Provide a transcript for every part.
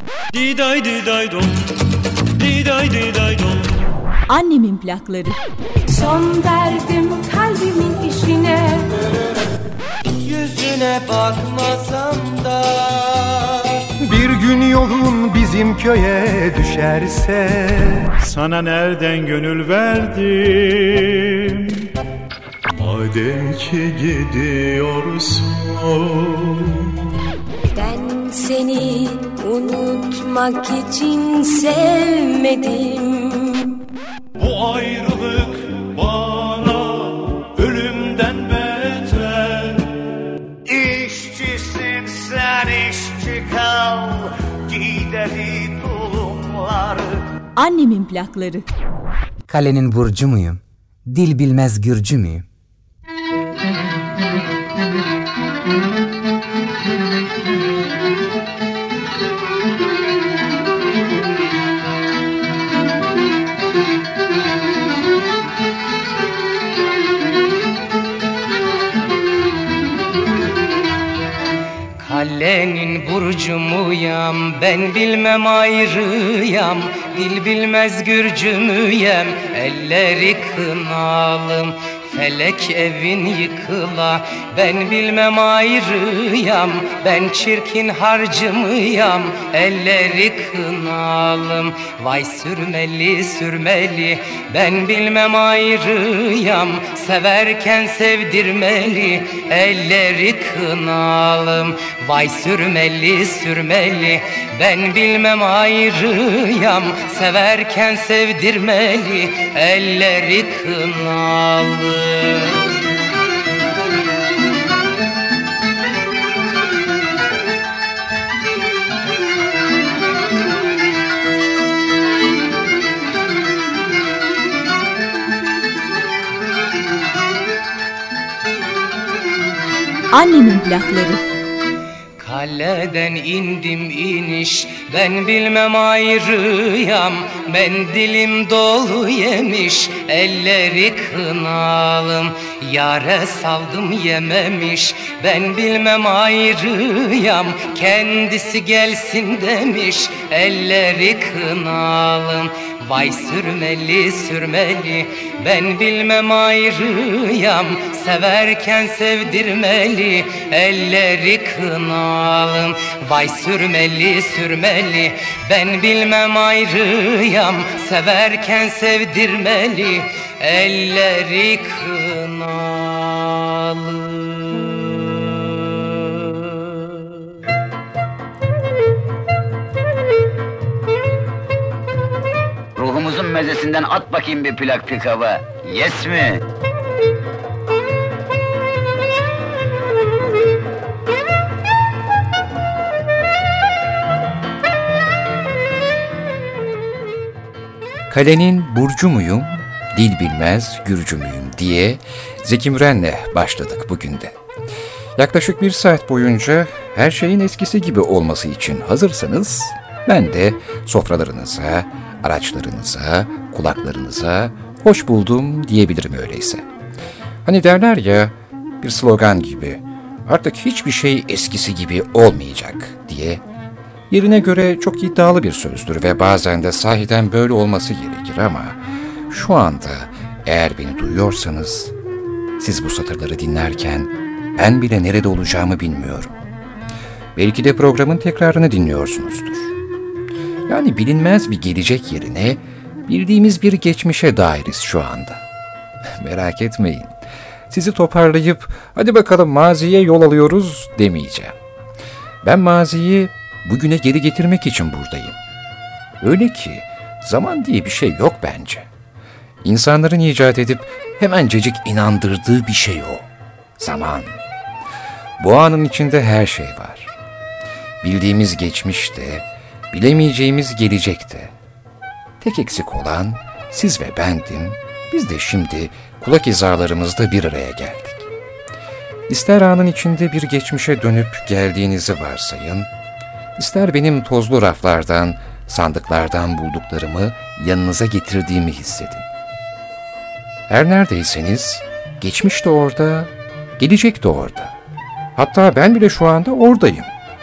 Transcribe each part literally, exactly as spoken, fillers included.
Diday diday dom, diday diday dom. Annemin plakları. Son verdim kalbimin işine. Yüzüne bakmasam da. Bir gün yolun bizim köye düşerse. Sana nereden gönül verdim? Madem ki gidiyorsun. Ben seni unutmak için sevmedim. Bu ayrılık bana ölümden beter. İşçisin sen, işçi kal, gideri tulumları. Annemin plakları. Kalenin burcu muyum? Dil bilmez Gürcü müyüm? Kalenin burcu muyam, ben bilmem ayrıyam. Dil bilmez Gürcü müyem, elleri kınalım. Felek evin yıkıla, ben bilmem ayrıyam. Ben çirkin harcı mıyam, elleri kınalım. Vay sürmeli sürmeli, ben bilmem ayrıyam. Severken sevdirmeli, elleri kınalım. Vay sürmeli sürmeli, ben bilmem ayrıyam. Severken sevdirmeli, elleri kınalım. Annemin plakları. Kaleden indim iniş, ben bilmem ayrıyam. Mendilim dolu yemiş, elleri kınalım. Yâre saldım yememiş, ben bilmem ayrıyam. Kendisi gelsin demiş, elleri kınalım. Vay sürmeli sürmeli, ben bilmem ayrıyam. Severken sevdirmeli, elleri kınalım. Vay sürmeli sürmeli, ben bilmem ayrıyam. Severken sevdirmeli, elleri kınalım. Ruhumuzun mezesinden at bakayım bir plak pikava. Yes mi? Kalenin burcu muyum, dil bilmez Gürcü müyüm diye Zeki Müren'le başladık bugün de. Yaklaşık bir saat boyunca her şeyin eskisi gibi olması için hazırsanız ben de sofralarınıza, araçlarınıza, kulaklarınıza hoş buldum diyebilirim öyleyse. Hani derler ya, bir slogan gibi, artık hiçbir şey eskisi gibi olmayacak diye. Yerine göre çok iddialı bir sözdür ve bazen de sahiden böyle olması gerekir ama şu anda eğer beni duyuyorsanız, siz bu satırları dinlerken ben bile nerede olacağımı bilmiyorum. Belki de programın tekrarını dinliyorsunuzdur. Yani bilinmez bir gelecek yerine bildiğimiz bir geçmişe dairiz şu anda. Merak etmeyin, sizi toparlayıp hadi bakalım maziye yol alıyoruz demeyeceğim. Ben maziyi bugüne geri getirmek için buradayım. Öyle ki zaman diye bir şey yok bence. İnsanların icat edip hemencecik inandırdığı bir şey o. Zaman. Bu anın içinde her şey var. Bildiğimiz geçmişte, bilemeyeceğimiz gelecekte. Tek eksik olan siz ve bendim, biz de şimdi kulak hizalarımızda bir araya geldik. İster anın içinde bir geçmişe dönüp geldiğinizi varsayın, ister benim tozlu raflardan, sandıklardan bulduklarımı yanınıza getirdiğimi hissedin. Her neredeyseniz, geçmiş de orada, gelecek de orada. Hatta ben bile şu anda oradayım.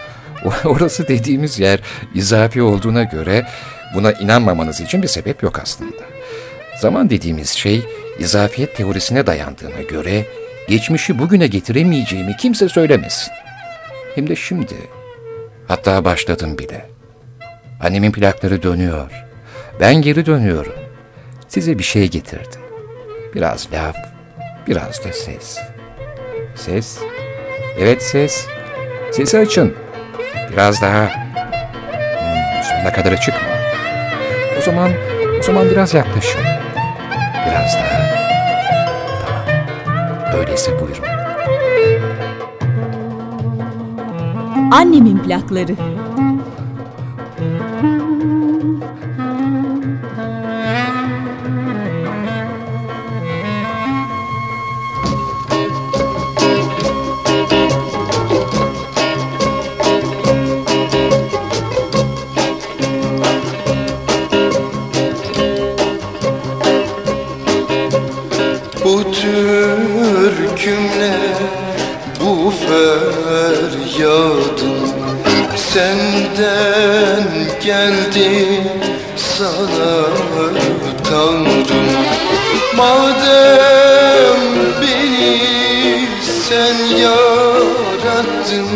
Orası dediğimiz yer izafi olduğuna göre buna inanmamanız için bir sebep yok aslında. Zaman dediğimiz şey izafiyet teorisine dayandığına göre geçmişi bugüne getiremeyeceğimi kimse söylemesin. Hem de şimdi. Hatta başladım bile. Annemin plakları dönüyor. Ben geri dönüyorum. Size bir şey getirdim. Biraz laf, biraz da ses. Ses. Evet ses. Sesi açın. Biraz daha. Hmm, sonuna kadar açık mı? O zaman, o zaman biraz yaklaşın. Biraz daha. Tamam. Öyleyse buyurun. Annemin plakları. Bu türkümle bu feryadım senden geldi sana Tanrım. Madem beni sen yarattın,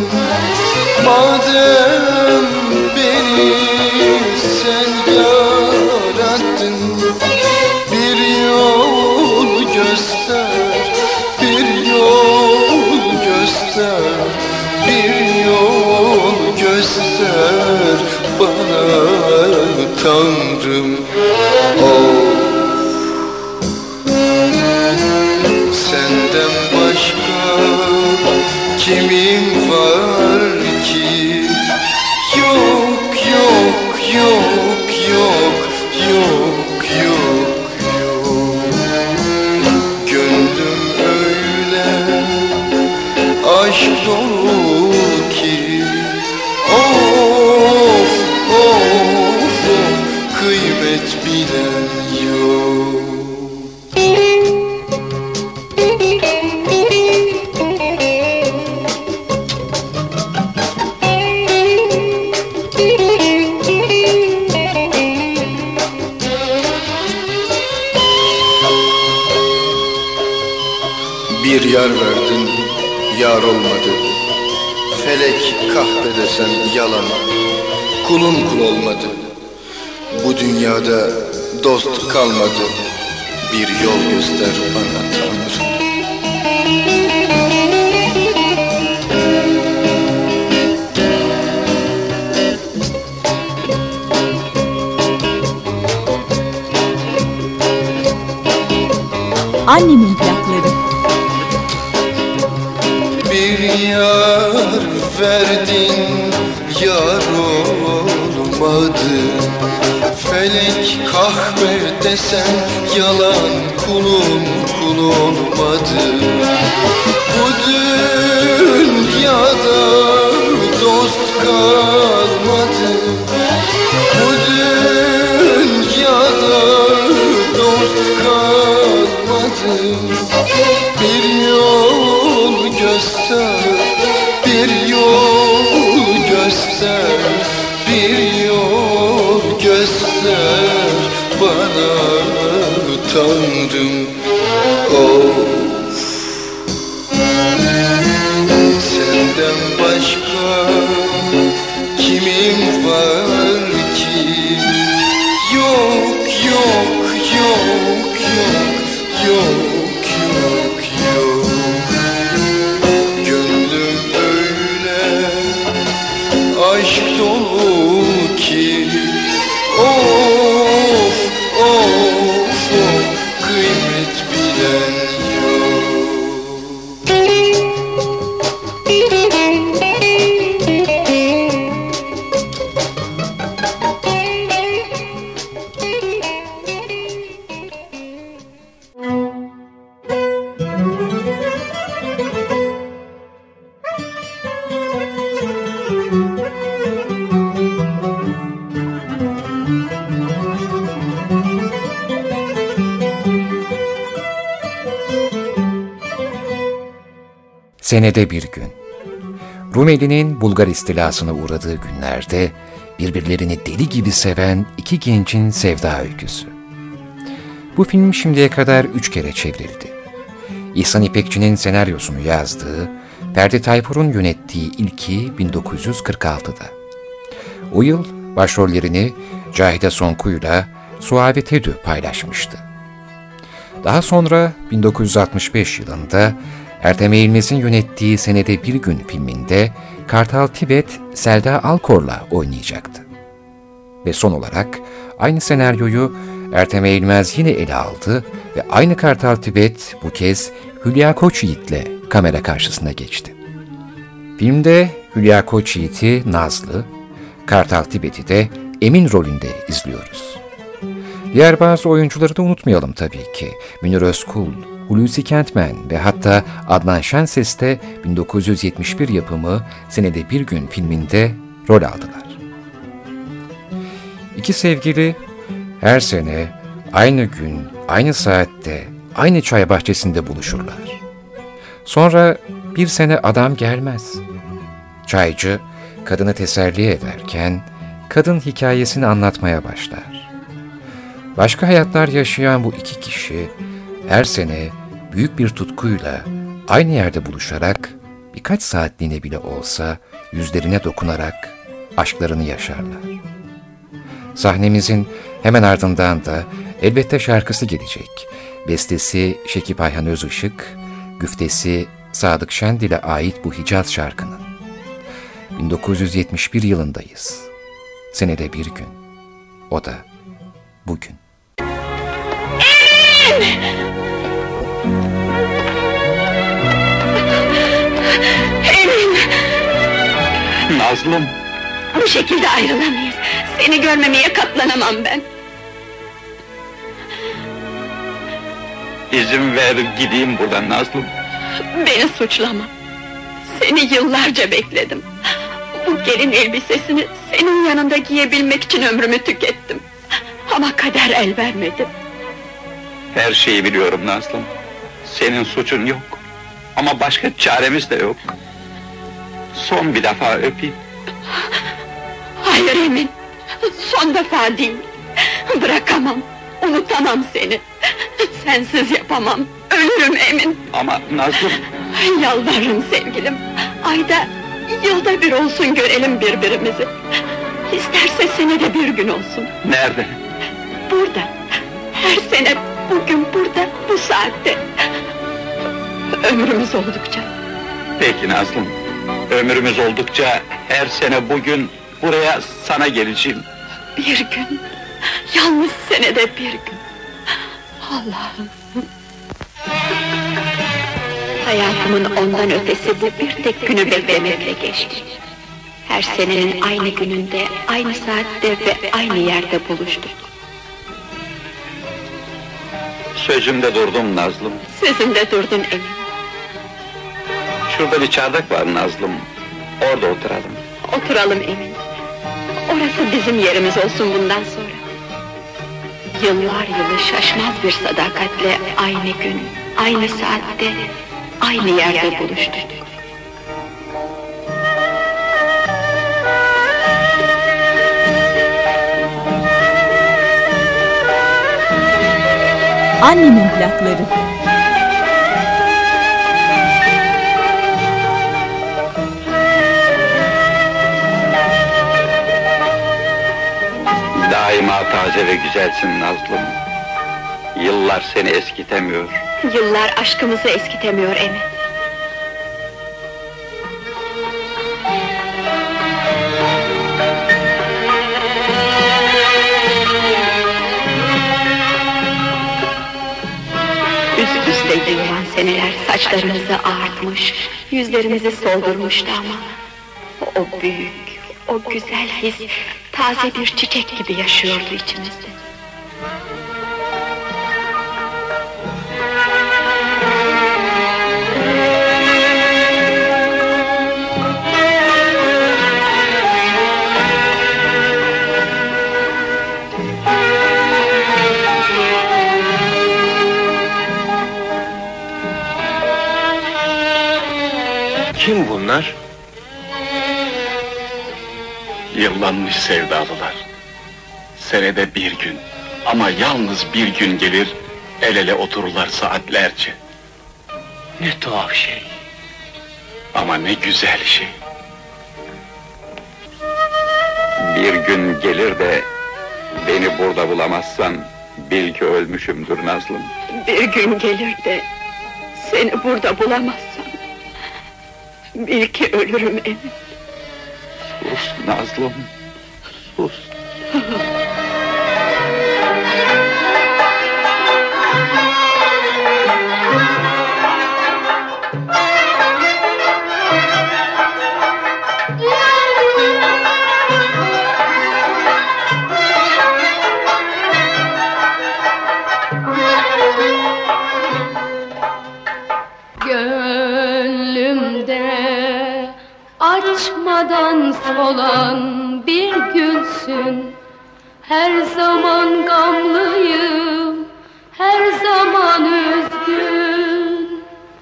madem beni sen yarattın, bir yol göster, bir yol göster, bir yol göster bana Tanrım. Oh. Senden başka kimim var ki? Yok, yok, yok, yok, yok, yok, yok. Gönlüm öyle aşk dolu ki, of, of, of, kıymet bilen yok. Bir yar verdin, yar olmadı. Felek kahredesen yalan, kulun kul olmadı. Bu dünyada dost kalmadı. Bir yol göster bana Tanrım. Annemin plakları. Bir yar verdin, yar olmadı. Felek kahve desen yalan, kulun kul olmadı. Bu dünyada dost kalmadı. Bu dünyada dost kalmadı. Bir yol göster, bir yol göster, bir yol göster bana Tanrım. Of. Senden başka kimim var ki? Yok, yok, yok, yok, yok, yok, yok. Gönlüm öyle aşk dolu ki, of, of, of, kıymet bilen yok. Senede bir gün. Rumeli'nin Bulgar istilasına uğradığı günlerde birbirlerini deli gibi seven iki gencin sevda öyküsü. Bu film şimdiye kadar üç kere çevrildi. İhsan İpekçi'nin senaryosunu yazdığı, Ferdi Tayfur'un yönettiği ilki bin dokuz yüz kırk altıda. O yıl başrollerini Cahide Sonku'yla Suave Tedü paylaşmıştı. Daha sonra bin dokuz yüz altmış beş yılında Ertem Eğilmez'in yönettiği Senede Bir Gün filminde Kartal Tibet, Selda Alkor'la oynayacaktı. Ve son olarak aynı senaryoyu Ertem Eğilmez yine ele aldı ve aynı Kartal Tibet bu kez Hülya Koçyiğit'le kamera karşısına geçti. Filmde Hülya Koçyiğit'i Nazlı, Kartal Tibet'i de Emin rolünde izliyoruz. Diğer bazı oyuncuları da unutmayalım tabii ki. Münir Özkul, Hulusi Kentmen ve hatta Adnan Şenses de bin dokuz yüz yetmiş bir yapımı Senede Bir Gün filminde rol aldılar. İki sevgili her sene aynı gün, aynı saatte, aynı çay bahçesinde buluşurlar. Sonra bir sene adam gelmez. Çaycı kadını teselli ederken kadın hikayesini anlatmaya başlar. Başka hayatlar yaşayan bu iki kişi her sene büyük bir tutkuyla aynı yerde buluşarak birkaç saatliğine bile olsa yüzlerine dokunarak aşklarını yaşarlar. Sahnemizin hemen ardından da elbette şarkısı gelecek. Bestesi Şekip Ayhan Özışık, güftesi Sadık Şendil'e ait bu Hicaz şarkının. bin dokuz yüz yetmiş bir yılındayız. Senede bir gün. O da bugün. Emin! Nazlım! Bu şekilde ayrılamayız. Seni görmemeye katlanamam ben. İzin ver gideyim buradan Nazlım. Beni suçlama. Seni yıllarca bekledim. Bu gelin elbisesini senin yanında giyebilmek için ömrümü tükettim. Ama kader el vermedi. Her şeyi biliyorum Nazlım. Senin suçun yok. Ama başka çaremiz de yok. Son bir defa öpeyim. Hayır Emin. Son defa değil. Bırakamam. Unutamam seni. Sensiz yapamam. Ölürüm Emin. Ama Nazlım... Yalvarırım sevgilim. Ayda, yılda bir olsun görelim birbirimizi. İsterse senede bir gün olsun. Nerede? Burada. Her sene bugün burada, bu saatte. Ömrümüz oldukça. Peki Nazlım. Ömrümüz oldukça her sene bugün buraya sana geleceğim. Bir gün. Yalnız senede bir gün. Allah'ım. Hayatımın ondan ötesi bu bir tek günü beklemekle geçti. Her senenin aynı gününde, aynı saatte ve aynı yerde buluştuk. Sözümde durdum Nazlım. Sözümde durdun Emin. Şurada bir çardak var Nazlım. Orada oturalım. Oturalım Emin. Orası bizim yerimiz olsun bundan sonra. Yıllar yılı şaşmaz bir sadakatle aynı gün, aynı saatte, aynı yerde buluştuk. Annemin plakları. Daima taze ve güzelsin Nazlım. Yıllar seni eskitemiyor. Yıllar aşkımızı eskitemiyor Emin. Üst üste yığılan seneler saçlarımızı ağartmış, yüzlerimizi soldurmuştu ama o büyük, o güzel his taze bir çiçek gibi yaşıyordu içimizde. Kim bunlar? Yıllanmış sevdalılar. Senede bir gün, ama yalnız bir gün gelir, el ele otururlar saatlerce. Ne tuhaf şey. Ama ne güzel şey. Bir gün gelir de beni burada bulamazsan bil ki ölmüşümdür Nazlım. Bir gün gelir de seni burada bulamazsam bil ki ölürüm Emin. Sus Nazlım, sus. Gönlümde açmadan solan bir gülsün. Her zaman gamlıyım, her zaman üzgün.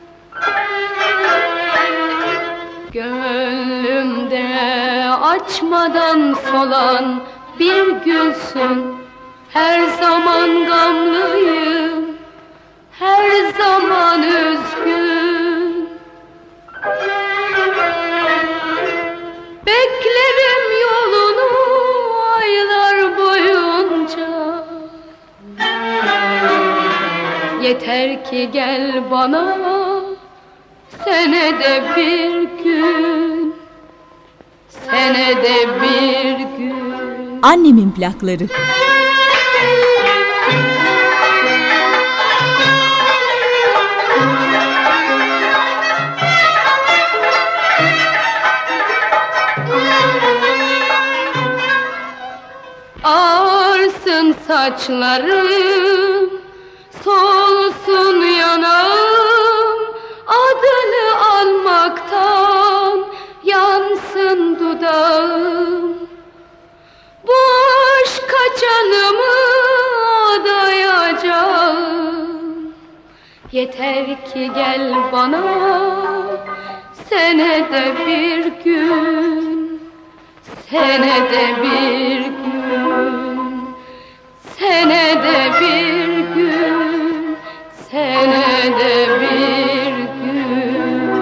Gönlümde açmadan solan bir gülsün. Her zaman gamlıyım, her zaman üzgün. Beklerim yolunu aylar boyunca. Yeter ki gel bana senede bir gün, senede bir gün. Annemin plakları. Ağarsın saçlarım, solsun yanağım, adını almaktan yansın dudağım. Bu aşka canımı adayacağım. Yeter ki gel bana senede bir gün, senede bir gün, senede bir gün, senede bir gün.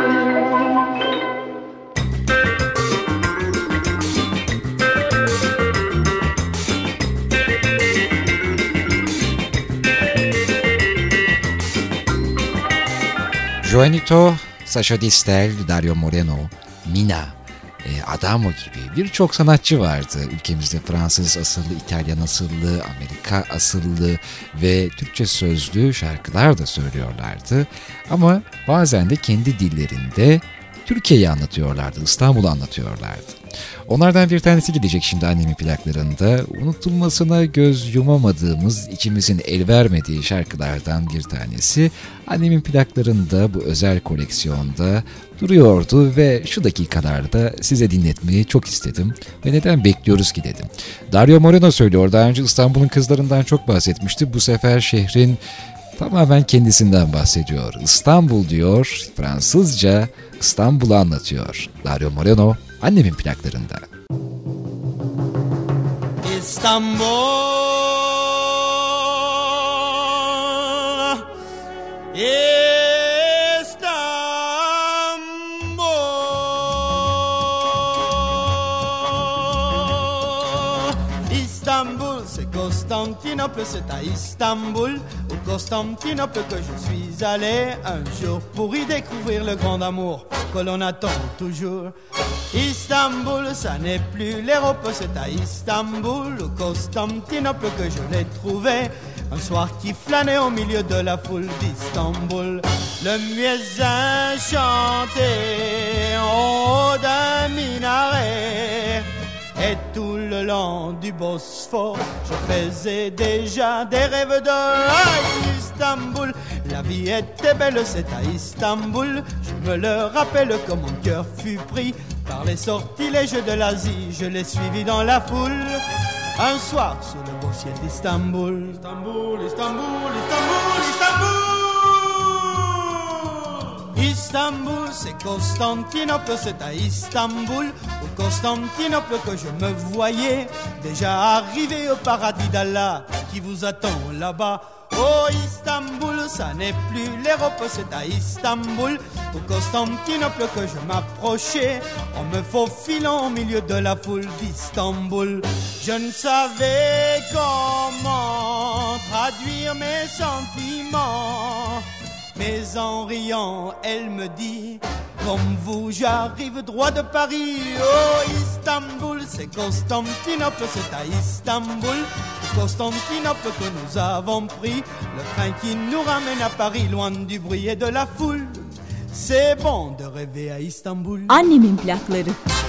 Juanito, Sasha Distel, Dario Moreno, Mina, Adamo gibi birçok sanatçı vardı. Ülkemizde Fransız asıllı, İtalyan asıllı, Amerika asıllı ve Türkçe sözlü şarkılar da söylüyorlardı. Ama bazen de kendi dillerinde Türkiye'yi anlatıyorlardı, İstanbul'u anlatıyorlardı. Onlardan bir tanesi gidecek şimdi annemin plaklarında. Unutulmasına göz yumamadığımız, içimizin el vermediği şarkılardan bir tanesi. Annemin plaklarında bu özel koleksiyonda duruyordu ve şu dakikalarda size dinletmeyi çok istedim. Ve neden bekliyoruz ki dedim. Dario Moreno söylüyor. Daha önce İstanbul'un kızlarından çok bahsetmişti. Bu sefer şehrin tamamen kendisinden bahsediyor. İstanbul diyor, Fransızca İstanbul'u anlatıyor. Dario Moreno, annemin plaklarında. İstanbul, İstanbul, c'est Constantinople, c'est à Istanbul, au Constantinople que je suis allé un jour pour y découvrir le grand amour que l'on attend toujours. Istanbul, ça n'est plus l'Europe, c'est à Istanbul, au Constantinople que je l'ai trouvé un soir qui flânait au milieu de la foule d'Istanbul. Le muezzin chantait en haut d'un minaret. Et tout le long du Bosphore, je faisais déjà des rêves de Istanbul. La vie était belle, c'est à Istanbul. Je me le rappelle comme mon cœur fut pris par les sortilèges de l'Asie. Je l'ai suivi dans la foule un soir sous le beau ciel d'Istanbul. Istanbul, Istanbul, Istanbul, Istanbul. Istanbul, c'est Constantinople, c'est à Istanbul, au Constantinople que je me voyais déjà arrivé au paradis d'Allah qui vous attend là-bas. Oh Istanbul, ça n'est plus l'Europe, c'est à Istanbul, au Constantinople que je m'approchais, en me faufilant au milieu de la foule d'Istanbul. Je ne savais comment traduire mes sentiments, mais en riant, elle me dit: comme vous, j'arrive droit de Paris. Oh Istanbul, c'est Constantinople, c'est à Istanbul, Constantinople que nous avons pris, le train qui nous ramène à Paris, loin du bruit et de la foule. C'est bon de rêver à Istanbul. Annemin plakları.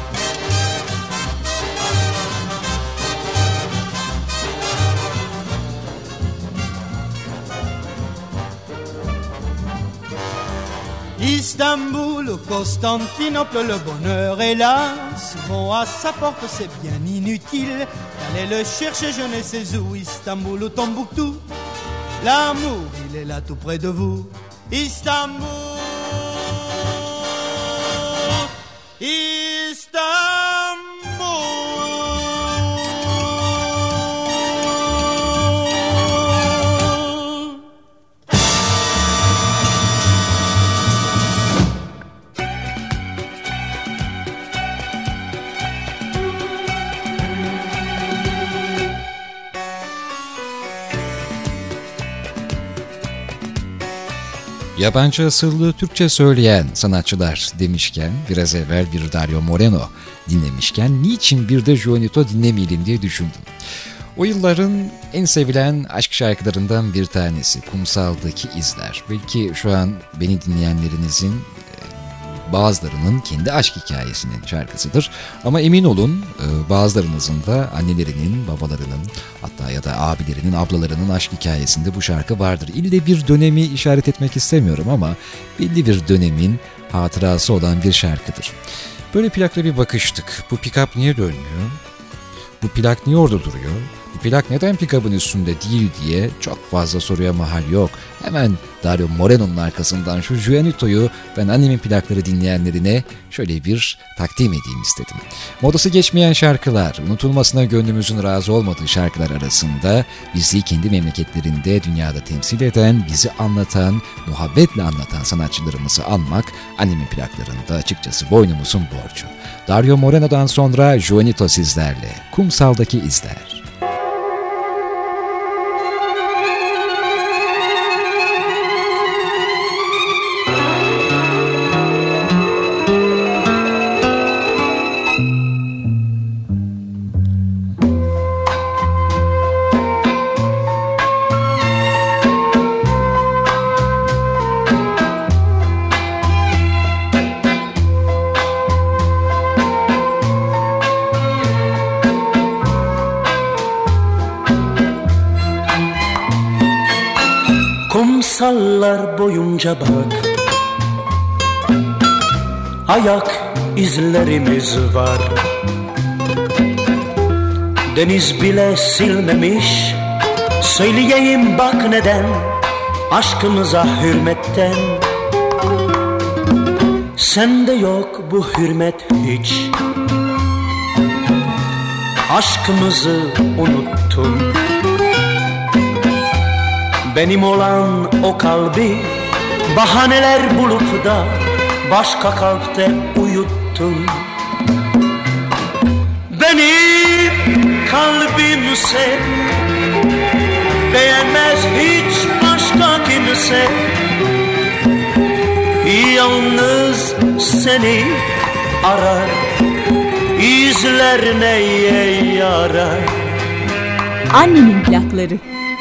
Istanbul ou Constantinople, le bonheur est là, souvent à sa porte, c'est bien inutile d'aller le chercher, je ne sais où. Istanbul ou Tombouctou, l'amour il est là tout près de vous. Istanbul, Istanbul. Yabancı asıllı Türkçe söyleyen sanatçılar demişken, biraz evvel bir Dario Moreno dinlemişken, niçin bir de Juanito dinlemeyelim diye düşündüm. O yılların en sevilen aşk şarkılarından bir tanesi, Kumsal'daki İzler. Belki şu an beni dinleyenlerinizin bazılarının kendi aşk hikayesinin şarkısıdır. Ama emin olun bazılarınızın da annelerinin, babalarının, hatta ya da abilerinin, ablalarının aşk hikayesinde bu şarkı vardır. İlle bir dönemi işaret etmek istemiyorum ama belli bir dönemin hatırası olan bir şarkıdır. Böyle plakla bir bakıştık. Bu pick-up niye dönmüyor? Bu plak niye orada duruyor? Bu plak neden pick-up'ın üstünde değil diye çok fazla soruya mahal yok. Hemen Dario Moreno'nun arkasından şu Juanito'yu ben annemin plakları dinleyenlerine şöyle bir takdim edeyim istedim. Modası geçmeyen şarkılar, unutulmasına gönlümüzün razı olmadığı şarkılar arasında bizi kendi memleketlerinde dünyada temsil eden, bizi anlatan, muhabbetle anlatan sanatçılarımızı anmak annemin plaklarında açıkçası boynumuzun borcu. Dario Moreno'dan sonra Juanito sizlerle, Kumsal'daki İzler. Kumsallar boyunca bak, ayak izlerimiz var. Deniz bile silmemiş, söyleyeyim bak neden, aşkımıza hürmetten. Sende yok bu hürmet hiç, aşkımızı unuttun. Benim olan o kalbi bahaneler bulup da başka kalpte uyuttun. Benim kalbimse beğenmez hiç başka kimse, yalnız seni arar, izler neye yarar. Annemin plakları.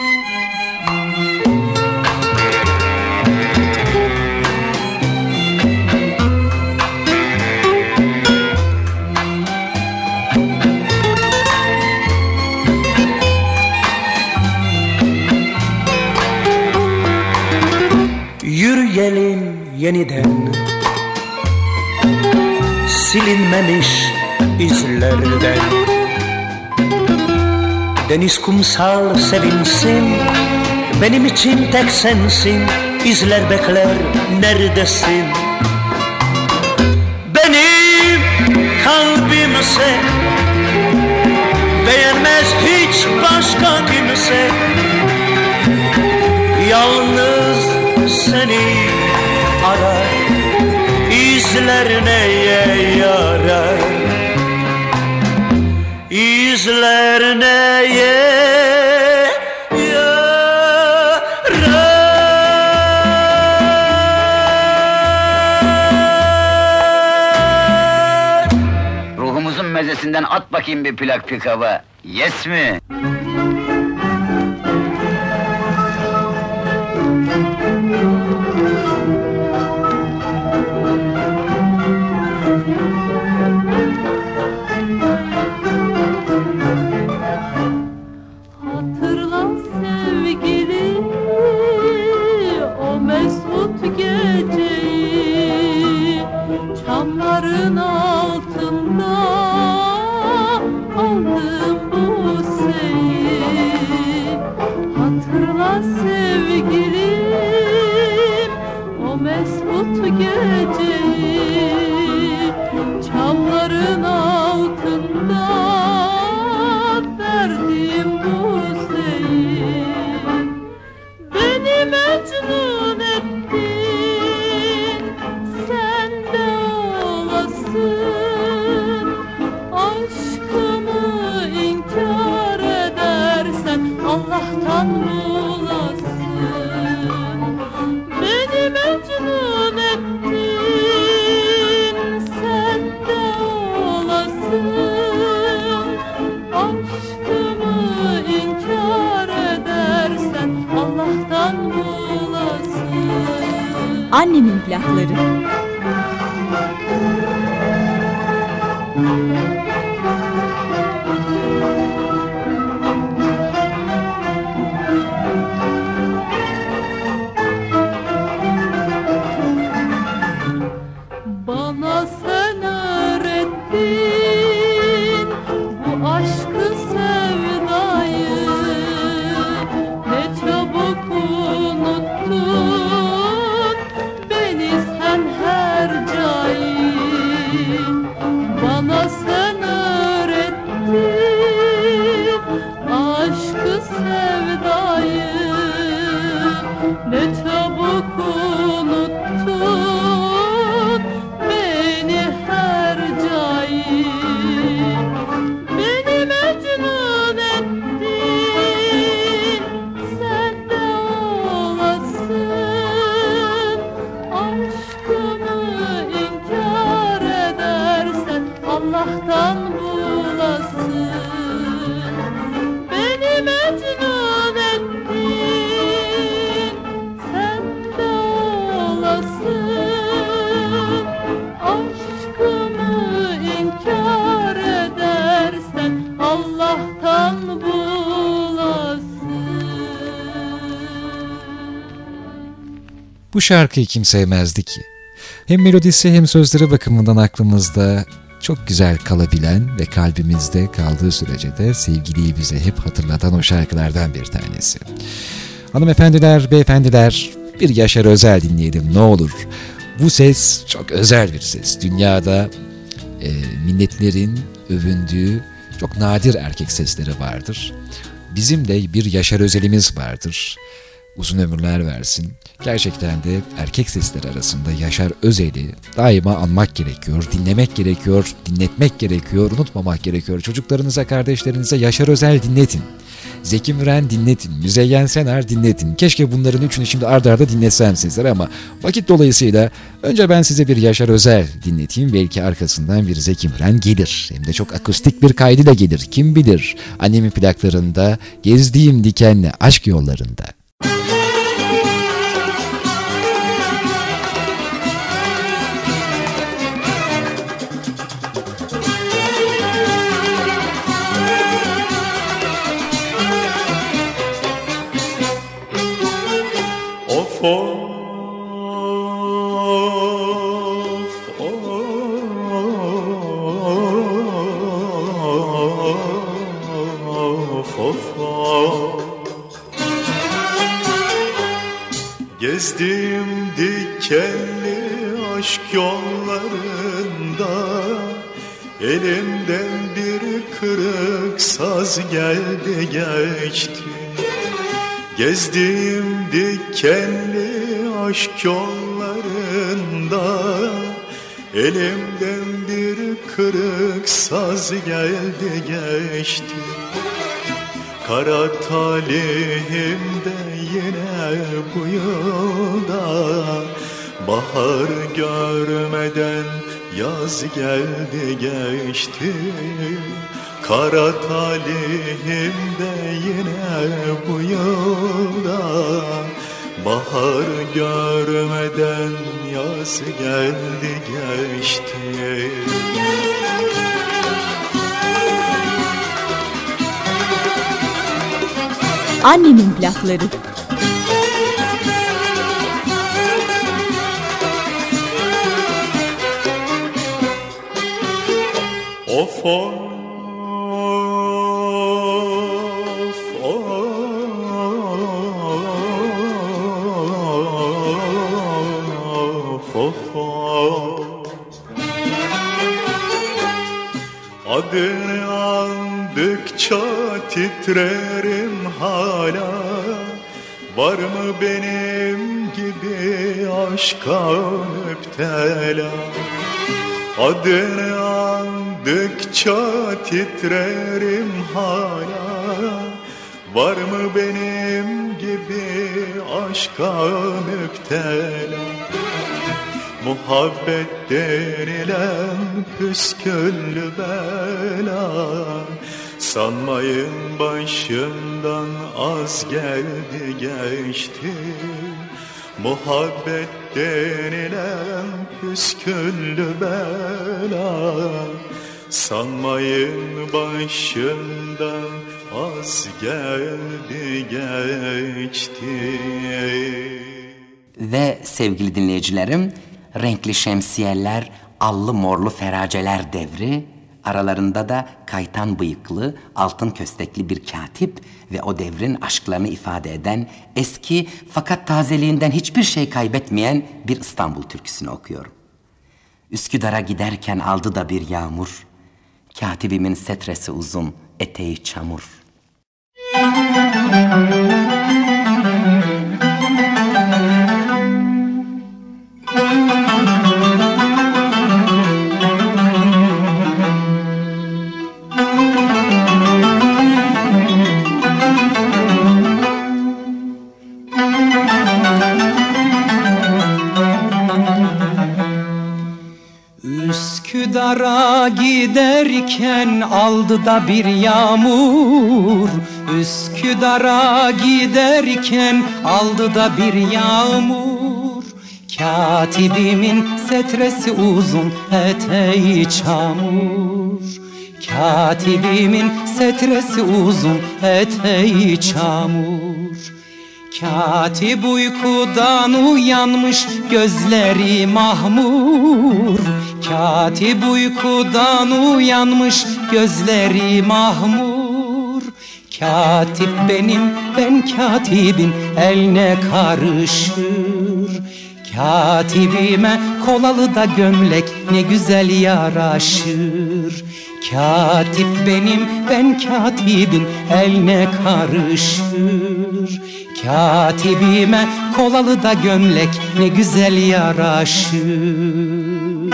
Yürüyelim yeniden, silinmemiş izlerden. Deniz kumsal sevinsin, benim için tek sensin. İzler bekler, neredesin? Benim kalbim başka kimse. Yalnız seni arar, izler neye yarar, izler neye mezesinden at bakayım bir plak pikava. Yes mi? Hatırla sevgili o mesut geceyi, çamların altında aldım bu seyi. Hatırla sevgilim o mesut geceyi, çamların altında verdim bu seyi. Beni mecnun ettin, sen de olasın. Aşkımı inkar edersen Allah'tan bulasın. Beni mecnun ettin, sen de olasın. Aşkımı inkar edersen Allah'tan bulasın. Annemin plakları. Bana sen öğrettin bu aşkı sevdayı, ne çabuk unuttun beni sen her cayı. Bana sen öğrettin aşkı sevdayı, ne çabuk unuttun beni her cayı. Beni mecnun ettin, sen de olasın. Aşkımı inkar edersen Allah'tan bulasın. Beni mecnun ettin, sen de olasın. Aşkımı inkar edersen Allah'tan bulasın. Bu şarkıyı kim sevmezdi ki? Hem melodisi hem sözleri bakımından aklımızda çok güzel kalabilen ve kalbimizde kaldığı sürece de sevgiliyi bize hep hatırlatan o şarkılardan bir tanesi. Hanımefendiler, beyefendiler, bir Yaşar Özel dinleyelim ne olur. Bu ses çok özel bir ses. Dünyada e, milletlerin övündüğü çok nadir erkek sesleri vardır. Bizim de bir Yaşar Özel'imiz vardır. Uzun ömürler versin. Gerçekten de erkek sesleri arasında Yaşar Özel'i daima anmak gerekiyor, dinlemek gerekiyor, dinletmek gerekiyor, unutmamak gerekiyor. Çocuklarınıza, kardeşlerinize Yaşar Özel dinletin. Zeki Müren dinletin, Müzeyyen Senar dinletin. Keşke bunların üçünü şimdi arda arda dinletsem sizlere ama vakit dolayısıyla önce ben size bir Yaşar Özel dinleteyim. Belki arkasından bir Zeki Müren gelir. Hem de çok akustik bir kaydıyla gelir. Kim bilir? Annemin plaklarında gezdiğim dikenli aşk yollarında. Of of of of of. Gezdim dikenli aşk yollarında, Elimden bir kırık saz geldi geçti. Gezdiğim dikenli aşk yollarında elimden bir kırık saz geldi geçti. Kara talihimde yine bu yılda bahar görmeden yaz geldi geçti. Kara talihimde yine bu yılda bahar görmeden yaz geldi geçti. Annemin plakları. Of of of of of. Adını andıkça titrerim hala. Var mı benim gibi aşka müptela? Adını andıkça titrerim hala. Var mı benim gibi aşka müptela? Muhabbet denilen püsküllü bela, sanmayın başımdan az geldi geçti. Muhabbet denilen püsküllü bela, sanmayın başımdan az geldi geçti. Ve sevgili dinleyicilerim, renkli şemsiyeler, allı morlu feraceler devri, aralarında da kaytan bıyıklı, altın köstekli bir katip ve o devrin aşklarını ifade eden eski fakat tazeliğinden hiçbir şey kaybetmeyen bir İstanbul türküsünü okuyorum. Üsküdar'a giderken aldı da bir yağmur, katibimin setresi uzun, eteği çamur. Üsküdar'a giderken aldı da bir yağmur. Üsküdar'a giderken aldı da bir yağmur. Katibimin setresi uzun, eteği çamur. Katibimin setresi uzun, eteği çamur. Katip uykudan uyanmış, gözleri mahmur. Katip uykudan uyanmış, gözleri mahmur. Katip benim, ben katibin, eline karışır. Katibime kolalı da gömlek ne güzel yaraşır. Katip benim, ben katibin, eline karışır. Katibime kolalı da gömlek ne güzel yaraşır.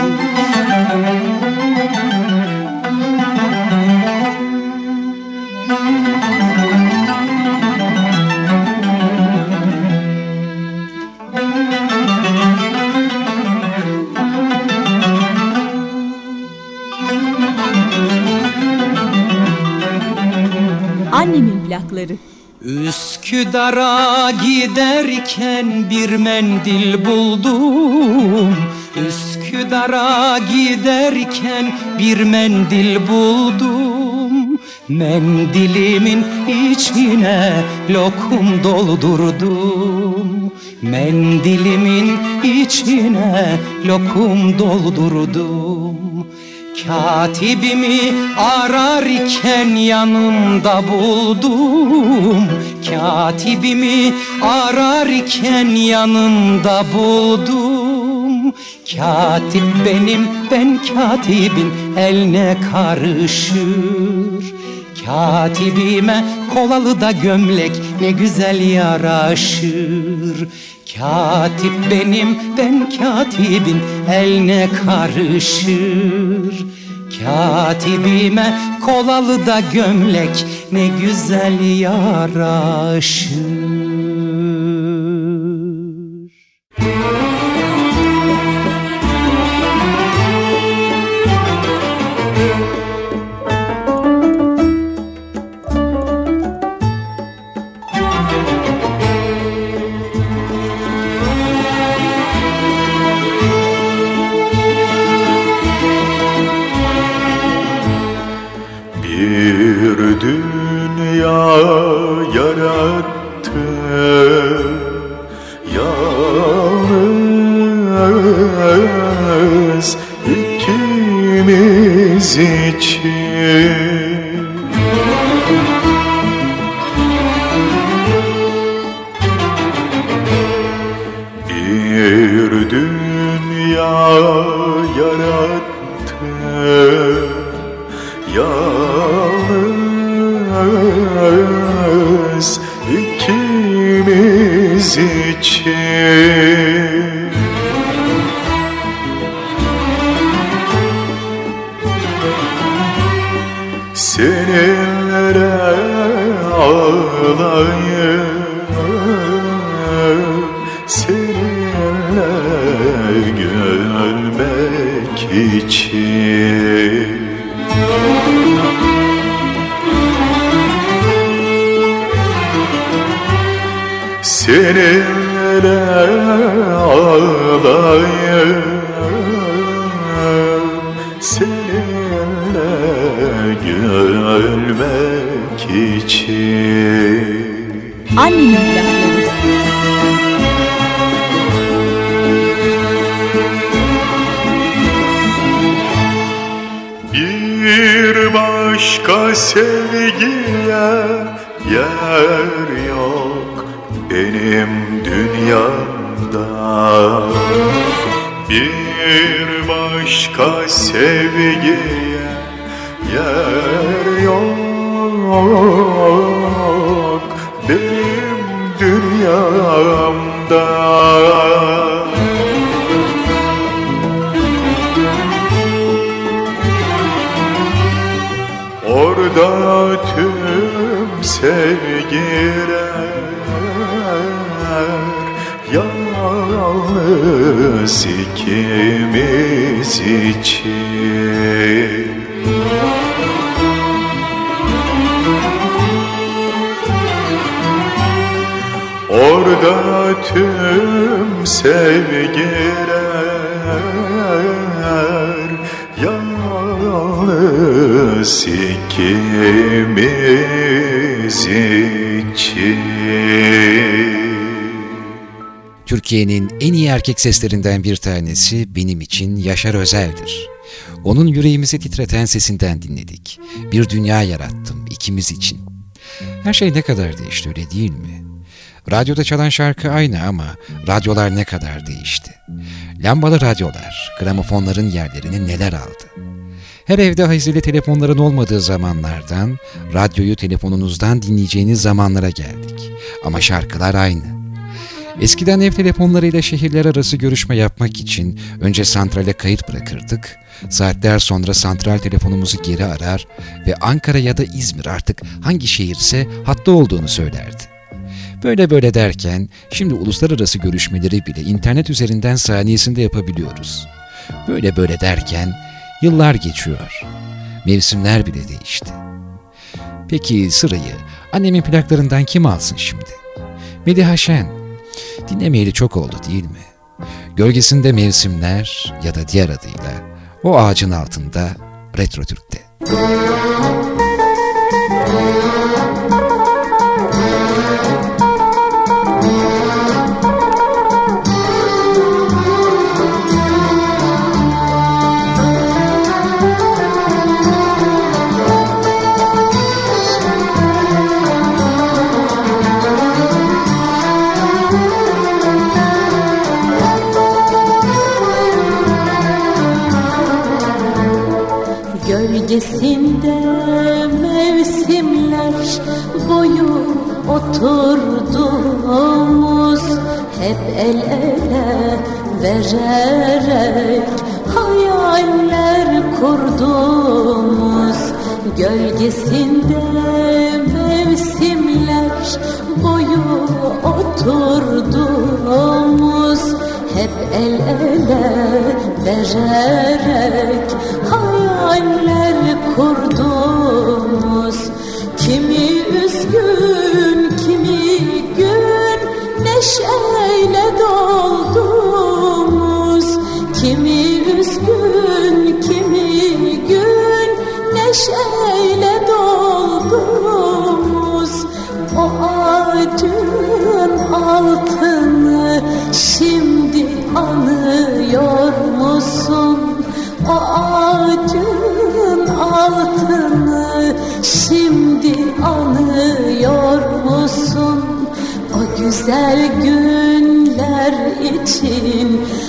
Annemin plakları. Üsküdar'a giderken bir mendil buldum. Üsküdar'a giderken bir mendil buldum. Mendilimin içine lokum doldurdum. Mendilimin içine lokum doldurdum. Katibimi ararken yanımda buldum. Katibimi ararken yanımda buldum. Katip benim, ben katibin, el ne karışır. Katibime kolalı da gömlek ne güzel yaraşır. Katip benim, ben katibin, el ne karışır. Katibime kolalı da gömlek ne güzel yaraşır. Bir dünya yarattı yalnız ikimiz için. Bir dünya yarattı yalnız ikimiz için. Seninle ağlayıp seninle gülmek için. Seninle ağlayıp seninle gülmek için. Annemin plakları. Bir başka sevgiye yer yok benim dünyamda. Bir başka sevgiye yer yok benim dünyamda. Orada tüm sevgiler yalnız ikimiz için. Orada tüm sevgiler yalnız ikimiz için. Türkiye'nin en iyi erkek seslerinden bir tanesi benim için Yaşar Özel'dir. Onun yüreğimizi titreten sesinden dinledik. Bir dünya yarattım ikimiz için. Her şey ne kadar değişti, öyle değil mi? Radyoda çalan şarkı aynı ama radyolar ne kadar değişti. Lambalı radyolar, gramofonların yerlerini neler aldı? Her evde hizeli telefonların olmadığı zamanlardan, radyoyu telefonunuzdan dinleyeceğiniz zamanlara geldik. Ama şarkılar aynı. Eskiden ev telefonlarıyla şehirler arası görüşme yapmak için önce santrale kayıt bırakırdık, saatler sonra santral telefonumuzu geri arar ve Ankara ya da İzmir, artık hangi şehirse hatta olduğunu söylerdi. Böyle böyle derken şimdi uluslararası görüşmeleri bile internet üzerinden saniyesinde yapabiliyoruz. Böyle böyle derken yıllar geçiyor. Mevsimler bile değişti. Peki sırayı annemin plaklarından kim alsın şimdi? Mediha Şen. Dinlemeyeli çok oldu değil mi? Gölgesinde mevsimler ya da diğer adıyla o ağacın altında Retro Türk'te. oturduğumuz, hep el ele vererek hayaller kurduğumuz, gölgesinde mevsimler boyu oturduğumuz, hep el ele vererek hayaller kurduğumuz, kimi üzgün, kimi gün neşeyle dolduğumuz, kimi üzgün, kimi gün neşeyle dolduğumuz, o ağacın altını şimdi anıyor musun? O ağacın altını şimdi anıyor musun? O güzel günler için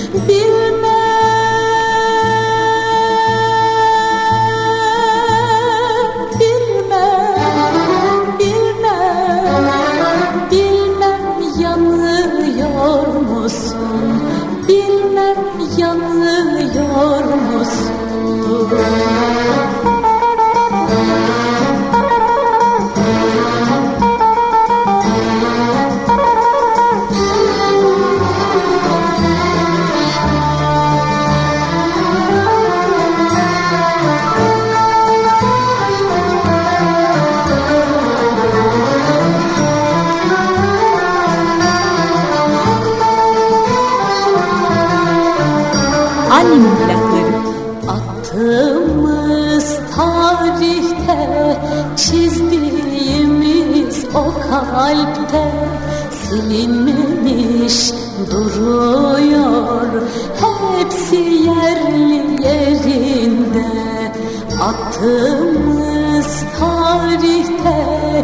bilmem, bilmem, bilmem, bilmem yanıyor musun? Bilmem yanıyor musun? Annemin plakları. Attığımız tarihte, çizdiğimiz o kalpte silinmemiş duruyor, hepsi yerli yerinde. Attığımız tarihte,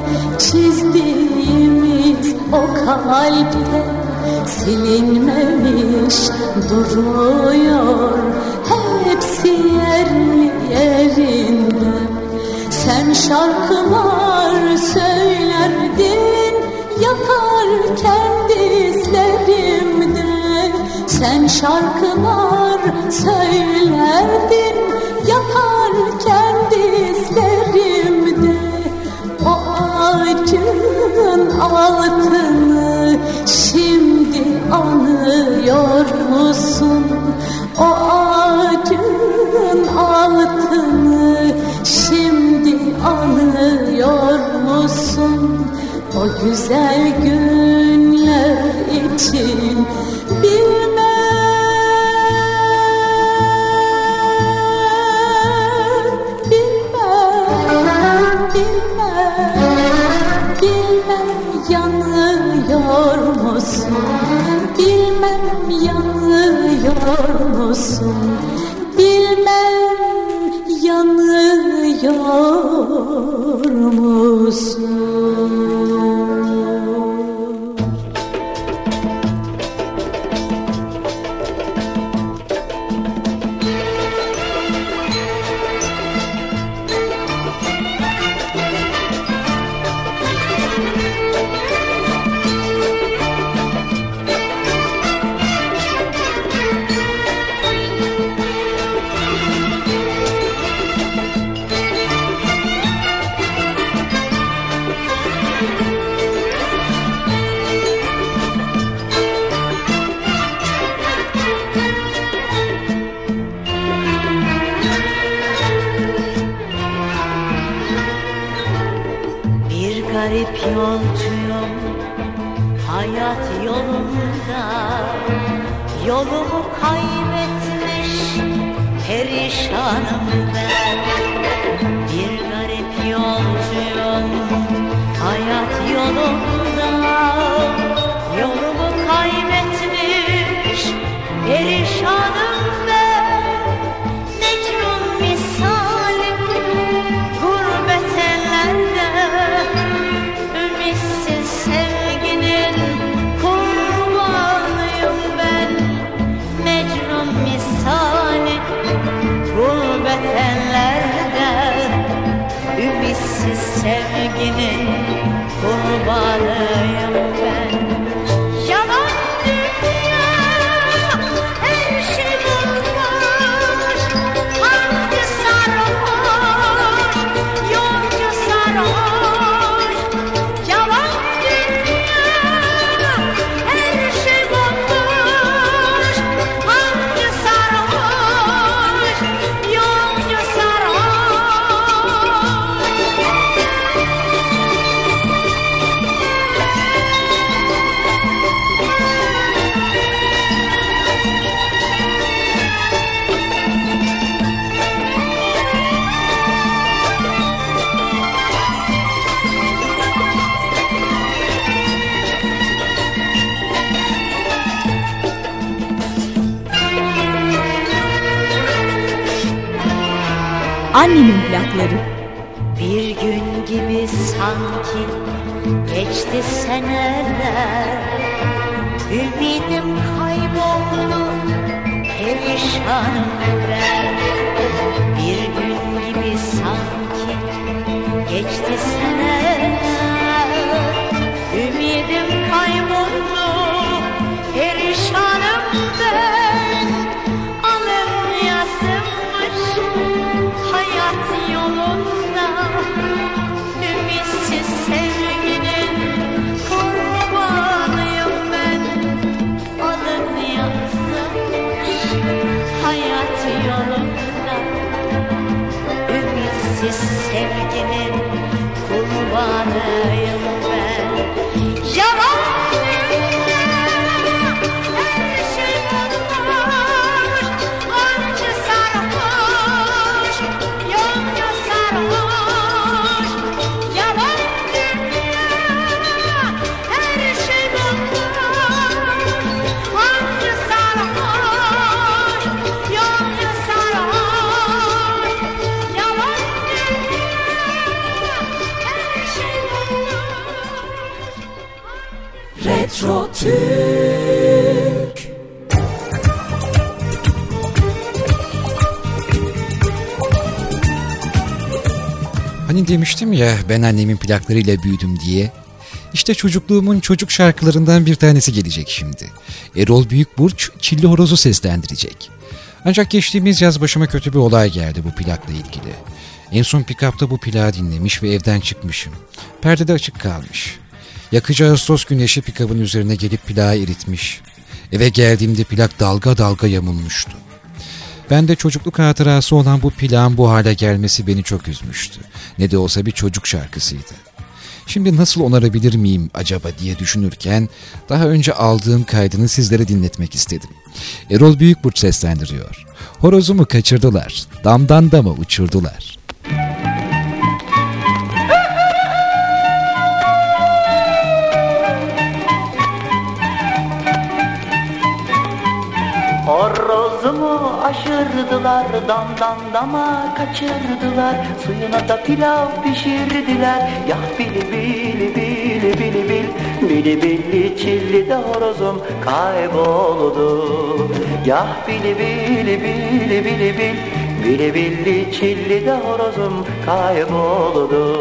çizdiğimiz o kalpte silinmemiş duruyor, hepsi yerli yerinde. Sen şarkılar söylerdin yakarken dizlerimde. Sen şarkılar söylerdin yakarken dizlerimde. O ağacın altını şimdi anıyor musun? O ağacın altını şimdi anıyor musun? O güzel günler için bilmem, bilmem, bilmem, bilmem yanıyor musun? Bilmem yanıyor musun? Bilmem yanıyor musun? Garip yolcuyum hayat yolunda, yolumu kaybetmiş perişanım ben. Bir garip yolcuyum hayat yolunda, yolumu kaybetmiş perişanım ben. Necrun misali gurbet ellerde, ümitsiz sevginin kurbanıyım ben. Mecnun misali gurbet ellerde, ümitsiz sevginin kurbanı. Annemin plakları. Bir gün gibi sanki geçti seneler, ümidim kayboldu, perişanım ben. Bir gün gibi sanki geçti seneler, ümidim kayboldu, perişanım ben. Alın yazılmış hayat yolunda, ümitsiz sevginin kurbanıyım ben. Alın yazılmış hayat yolunda, ümitsiz sevginin kurbanıyım ben. Yalan Retro Türk. Hani demiştim ya ben annemin plaklarıyla büyüdüm diye. İşte çocukluğumun çocuk şarkılarından bir tanesi gelecek şimdi. Erol Büyükburç Çilli Horoz'u seslendirecek. Ancak geçtiğimiz yaz başıma kötü bir olay geldi bu plakla ilgili. En son pick-up'ta bu plağı dinlemiş ve evden çıkmışım. Perde de açık kalmış. Yakıcı Ağustos güneşi pick-up'ın üzerine gelip plağı eritmiş. Eve geldiğimde plak dalga dalga yamulmuştu. Ben de çocukluk hatırası olan bu plağın bu hale gelmesi beni çok üzmüştü. Ne de olsa bir çocuk şarkısıydı. Şimdi nasıl onarabilir miyim acaba diye düşünürken daha önce aldığım kaydını sizlere dinletmek istedim. Erol Büyükburç seslendiriyor. Horozumu kaçırdılar, damdan dama uçurdular. Horozumu aşırdılar, damdan dama kaçırdılar, suyuna da pilav pişirdiler. Yah bili bili bili bili bil, bili bili çilli de horozum kayboldu. Yah bili bili bili bili bil, bili bili çilli de horozum kayboldu.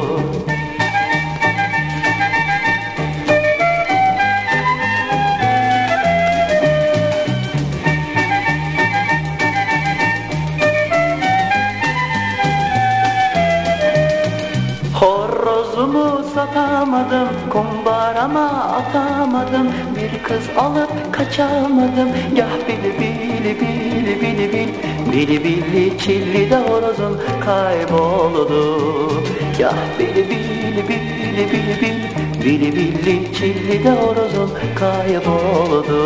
Horozumu satamadım, kumbarama atamadım, bir kız alıp kaçamadım. Yah bili bili bili bili bil, bili bili çilli de horozum kayboldu. Yah bili bili bili bili bil, bili bili çilli de horozum kayboldu.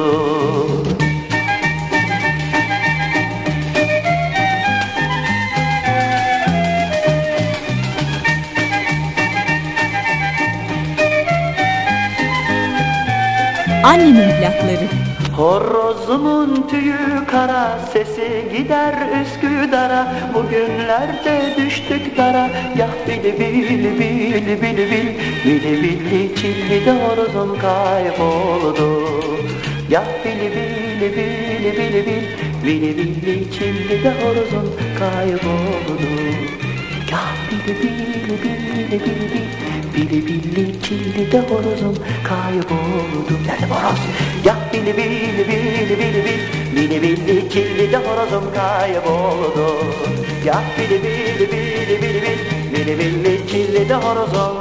Annemin plakları. Horozumun tüyü kara, sesi gider Üsküdar'a. Bugünlerde düştük dara. Yah bili bili bili bili bil, bili bili çilli de horozum kayboldu. Yah bili bili bili bili bil, bili bili çilli de horozum kayboldu. Yah bili bili bili bili bil, bili bili çilli de horozum kayboldu. Nerede horoz? Yah bili bili bili bili bil, bili bili çilli de horozum kayboldu. Yah bili bili bili bili bil, bili bili çilli de horozum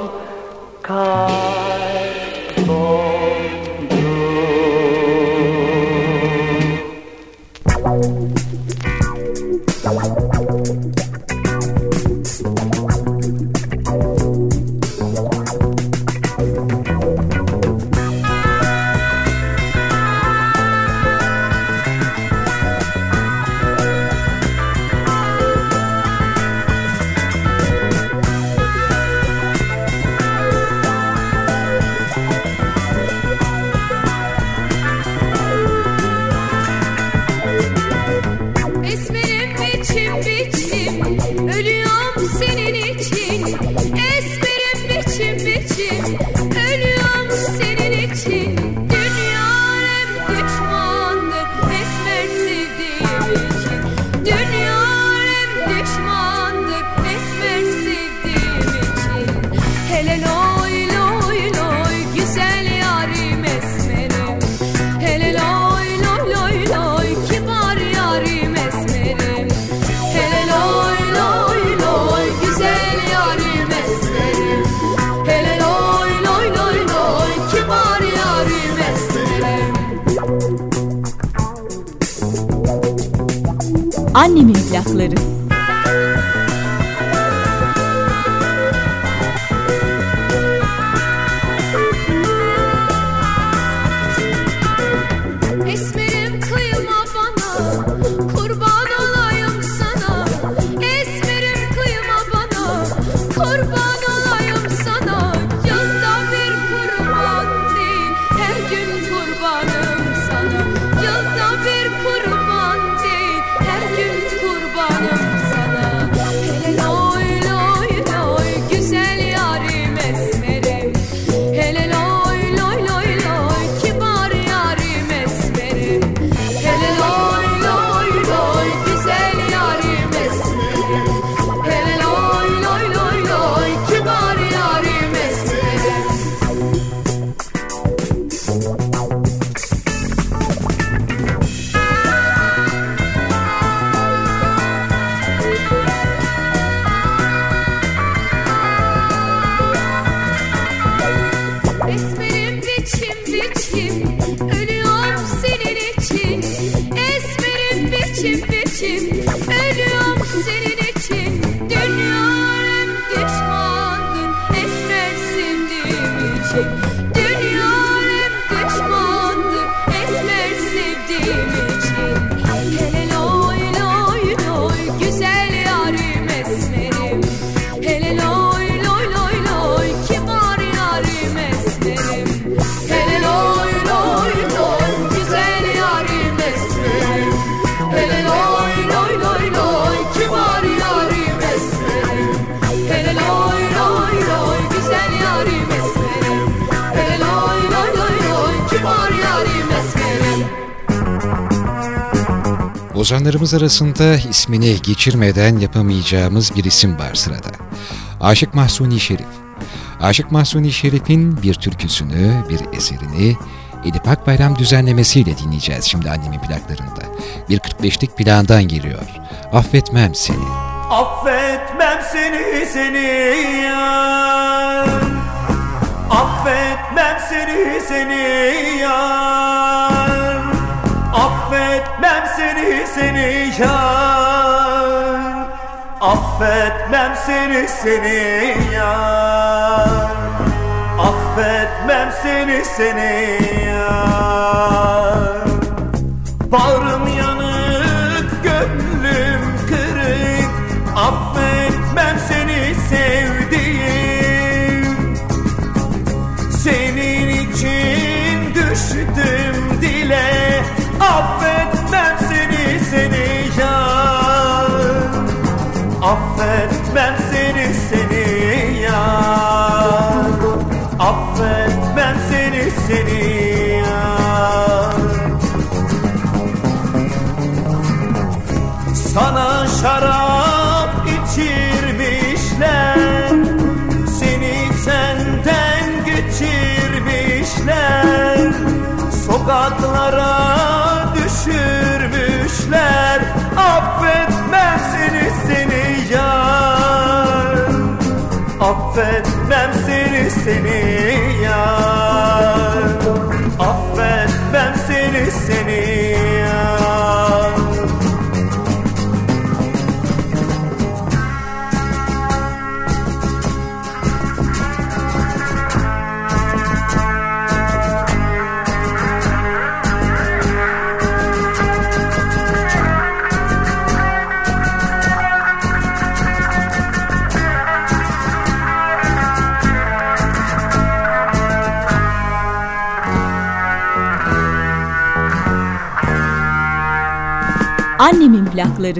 kayboldu. Annemin plakları. Esmerim kıyma bana, kurban olayım sana. Esmerim kıyma bana, kurban olayım sana. Yılda bir kurban değil, her gün kurbanım sana. Yılda bir kurban değil, her gün kurbanım sana. Hele loy loy loy, güzel yarim esmerim. Hele loy loy loy loy, kibar yarim esmerim. Hele loy loy loy, güzel yarim esmerim. Hele loy loy loy loy, kibar yarim esmerim. Esmerim biçim biçim, ölüyorum senin için. Esmerim biçim biçim, ölüyorum senin için. Dünyanın düşmandır, esmer sevdiğim için. Dünyanın düşmandır, esmer sevdiğim için. Hele loy loy loy, güzel yarim esmerim. Hele loy loy loy loy, kibar yarim esmerim. Hele loy loy loy, güzel yarim esmerim. Hele loy loy loy loy, kibar yarim esmerim. Hele loy loy loy, güzel yarim esmerim. Hele loy loy loy loy, kibar yarim esmerim. Ozanlarımız arasında ismini geçirmeden yapamayacağımız bir isim var sırada. Aşık Mahzuni Şerif. Aşık Mahzuni Şerif'in bir türküsünü, bir eserini Edip Akbayram düzenlemesiyle dinleyeceğiz şimdi annemin plaklarında. Bir kırk beşlik plandan geliyor. Affetmem seni. Affetmem seni seni yar. Affetmem seni seni yar. Affetmem seni seni yar. Affetmem seni seni yar. Affetmem seni seni yar. Bağrım yanık, gönlüm kırık. Affetmem seni sevdiğim. Senin için düştüm dile. Affetmem seni seni yar. Affetmem seni seni yar. Affetmem seni seni yar. Sana şarap içirmişler, seni senden geçirmişler, sokaklara düşürmüşler. Affetmem seni seni yar. Affetmem seni seni yar. Affetmem seni seni yar. Annemin plakları.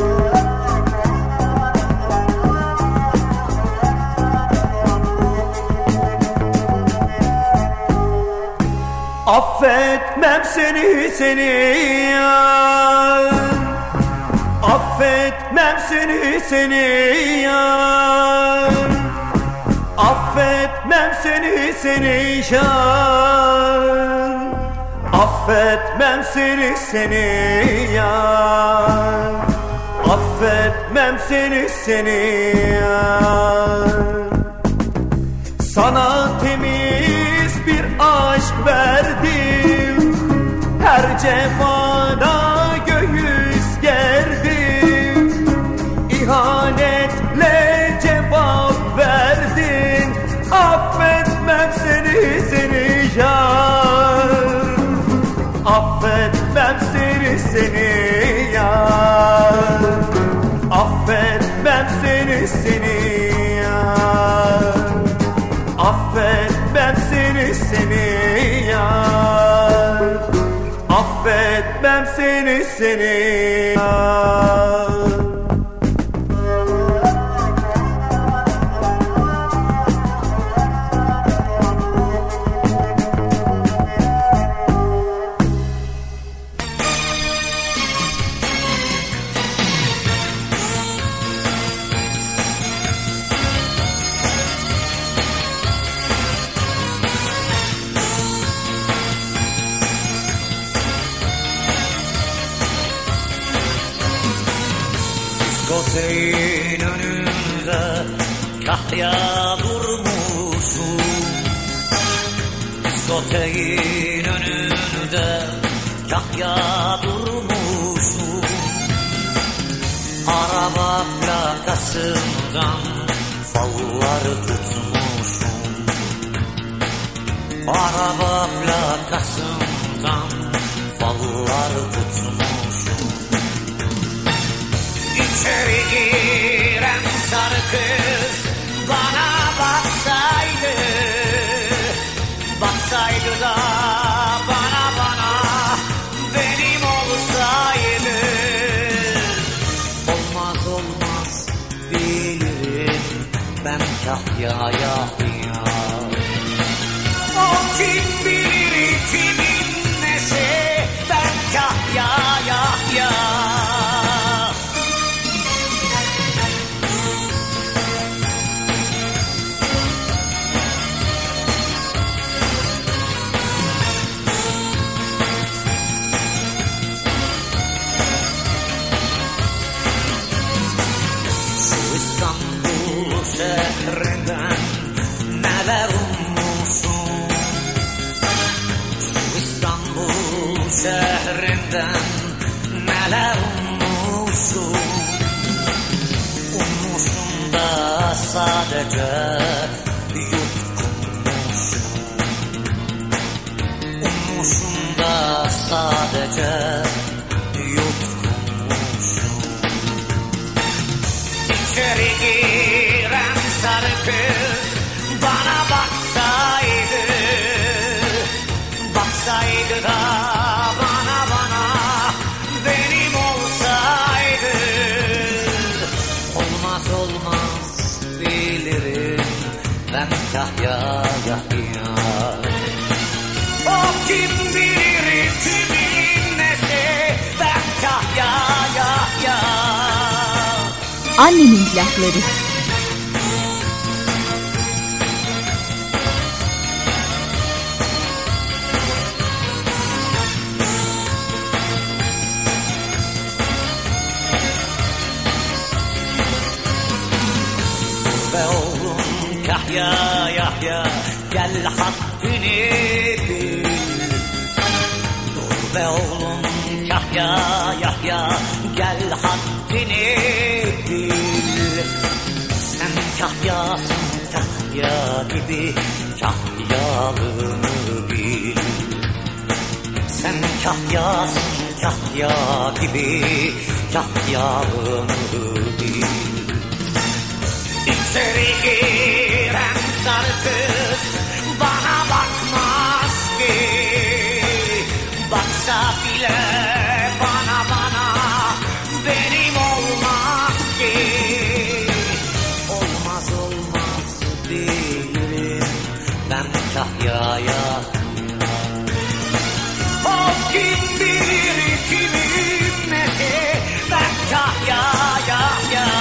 Affetmem seni seni yar. Affetmem seni seni yar. Affetmem seni seni yar. Affetmem seni seni yar. Affetmem seni seni yar. Sana temiz bir aşk verdim, her cefana göğüs gerdim. affetmem seni seni yar. Affetmem seni seni yar. Affetmem seni seni yar. Affetmem seni seni yar. Diskoteğin önünde kahya durmuşum. Diskoteğin önünde kahya durmuşum. Araba plakasından fallar tutmuşum. Araba plakasından fallar tutmuşum. İçeri giren sarı kız bana baksaydı, baksaydı da bana bana benim olsaydı. Olmaz olmaz bilirim ben kahyaya ya. O kim bilir kimin nesi ben kahyaya ya. Şehrinden neler ummuşum. Şu İstanbul şehrinden neler ummuşum. Ummuşum da sadece yutkunmuşum. Ummuşum da sadece yutkunmuşum. İçeri giren sarı kız bana baksaydı, baksaydı da bana bana benim olsaydı. Olmaz olmaz bilirim ben kahyaya ya. O kim bilir kimin nesi ben kahyaya ya. Annemin plakları. Be oğlum Yahya Yahya gel haddini bil. Dur be oğlum Yahya Yahya gel haddini bil. Sen kahyasın kahya gibi kahyalığını bil. Sen kahyasın kahya gibi kahyalığını bil. İçeri giren sarı kız bana bakmaz ki. Baksa bile bana bana benim olmaz ki. Olmaz olmaz bilirim ben kahyaya. O kim bilir kimin nesi ben kahyaya ya.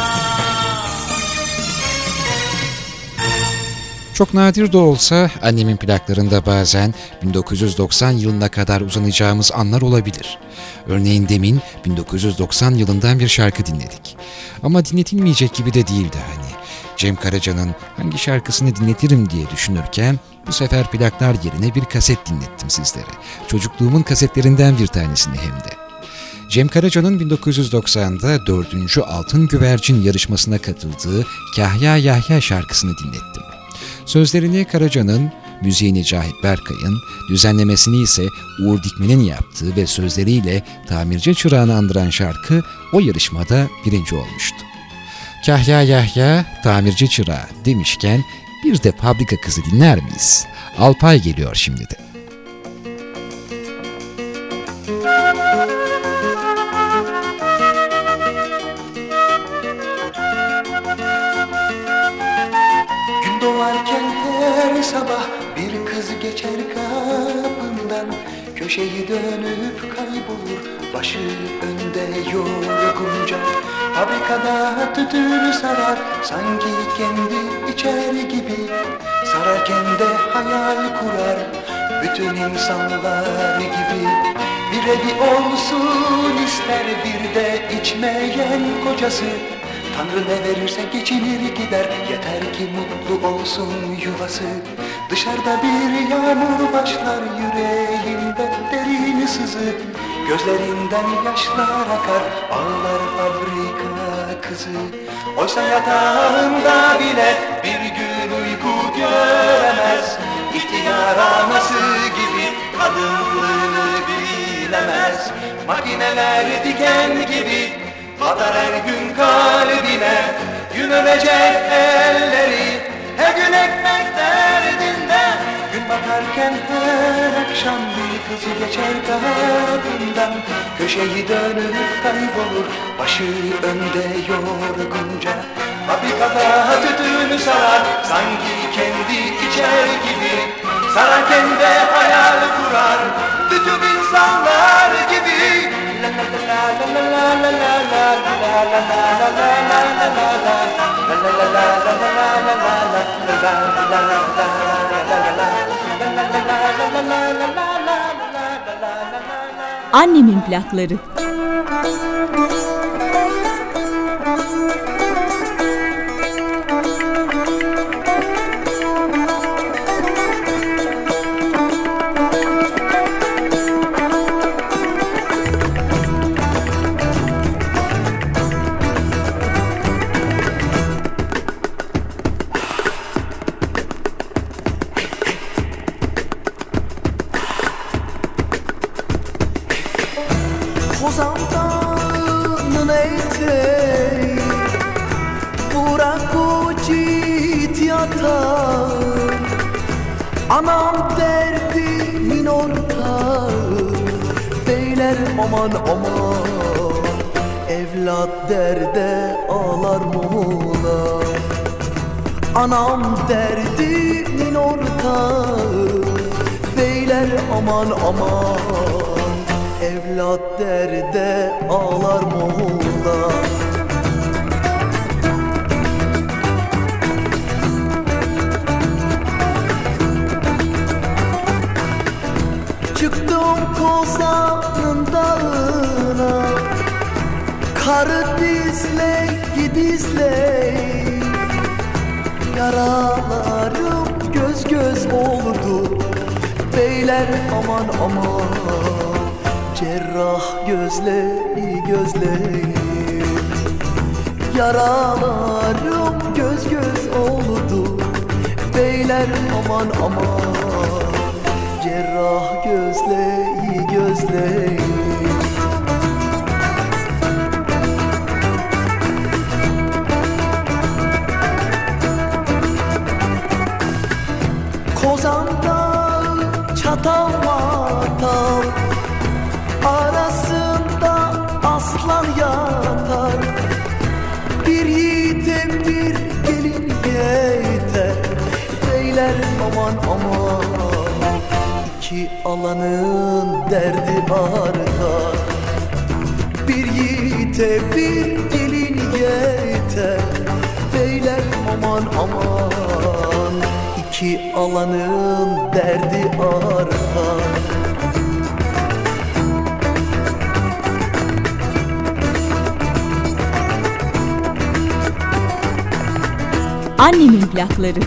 Çok nadir de olsa annemin plaklarında bazen bin dokuz yüz doksan yılına kadar uzanacağımız anlar olabilir. Örneğin demin bin dokuz yüz doksan yılından bir şarkı dinledik. Ama dinletilmeyecek gibi de değildi hani. Cem Karaca'nın hangi şarkısını dinletirim diye düşünürken bu sefer plaklar yerine bir kaset dinlettim sizlere. Çocukluğumun kasetlerinden bir tanesini hem de. Cem Karaca'nın bin dokuz yüz doksanda dördüncü Altın Güvercin yarışmasına katıldığı Kahya Yahya şarkısını dinlettim. Sözlerini Karaca'nın müziğini Cahit Berkay'ın, düzenlemesini ise Uğur Dikmen'in yaptığı ve sözleriyle tamirci çırağını andıran şarkı o yarışmada birinci olmuştu. Kahya Yahya, tamirci çırağı demişken bir de fabrika kızı dinler miyiz? Alpay geliyor şimdi de. Gün doğarken her sabah bir kız geçer kapından, köşeyi dönüp kaybolur başı önde yorgunca. Fabrikada tütün sarar sanki kendi içer gibi, sararken de hayal kurar bütün insanlar gibi. Bir evi olsun ister bir de içmeyen kocası, Tanrı ne verirse geçinir gider, yeter ki mutlu olsun yuvası. Dışarıda bir yağmur başlar, yüreğinde derin sızı, gözlerinden yaşlar akar, ağlar fabrika kızı. Oysa yatağında bile bir gün uyku göremez, İhtiyar anası gibi kadınlığını bilemez. Makineler diken gibi batar her gün kalbine, gün ölecek elleri her gün ekmek derdinde. Gün batarken her akşam bir kızı geçer kapından, köşeyi dönüp kaybolur başı önde yorgunca. Fabrikada tütünü sarar sanki kendi içer gibi, sararken de hayal kurar bütün insanlar gibi. La la la la la la la la la la la la la. Annemin plakları. Kozan'danın eteği bırak o ciddiyata, anam derdimin ortağı, beyler aman aman, evlat derde ağlar mola. Anam derdimin ortağı, beyler aman aman, evlat derde ağlar moğulda. Çıktım Kozan'ın dağına, karı dizle gidizle, yaralarım göz göz oldu, beyler aman aman, cerrah gözleri gözleri. Yaralarım göz göz oldu, beyler aman aman, cerrah gözleri gözleri. Kozan'da çatal matal arasında aslan yatar, bir yiğite bir gelin yeter, beyler aman aman, iki alanın derdi artar. Bir yiğite bir gelin yeter, beyler aman aman, iki alanın derdi artar. Annemin plakları.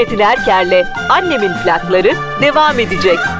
Çetin Erker'le Annemin Plakları devam edecek.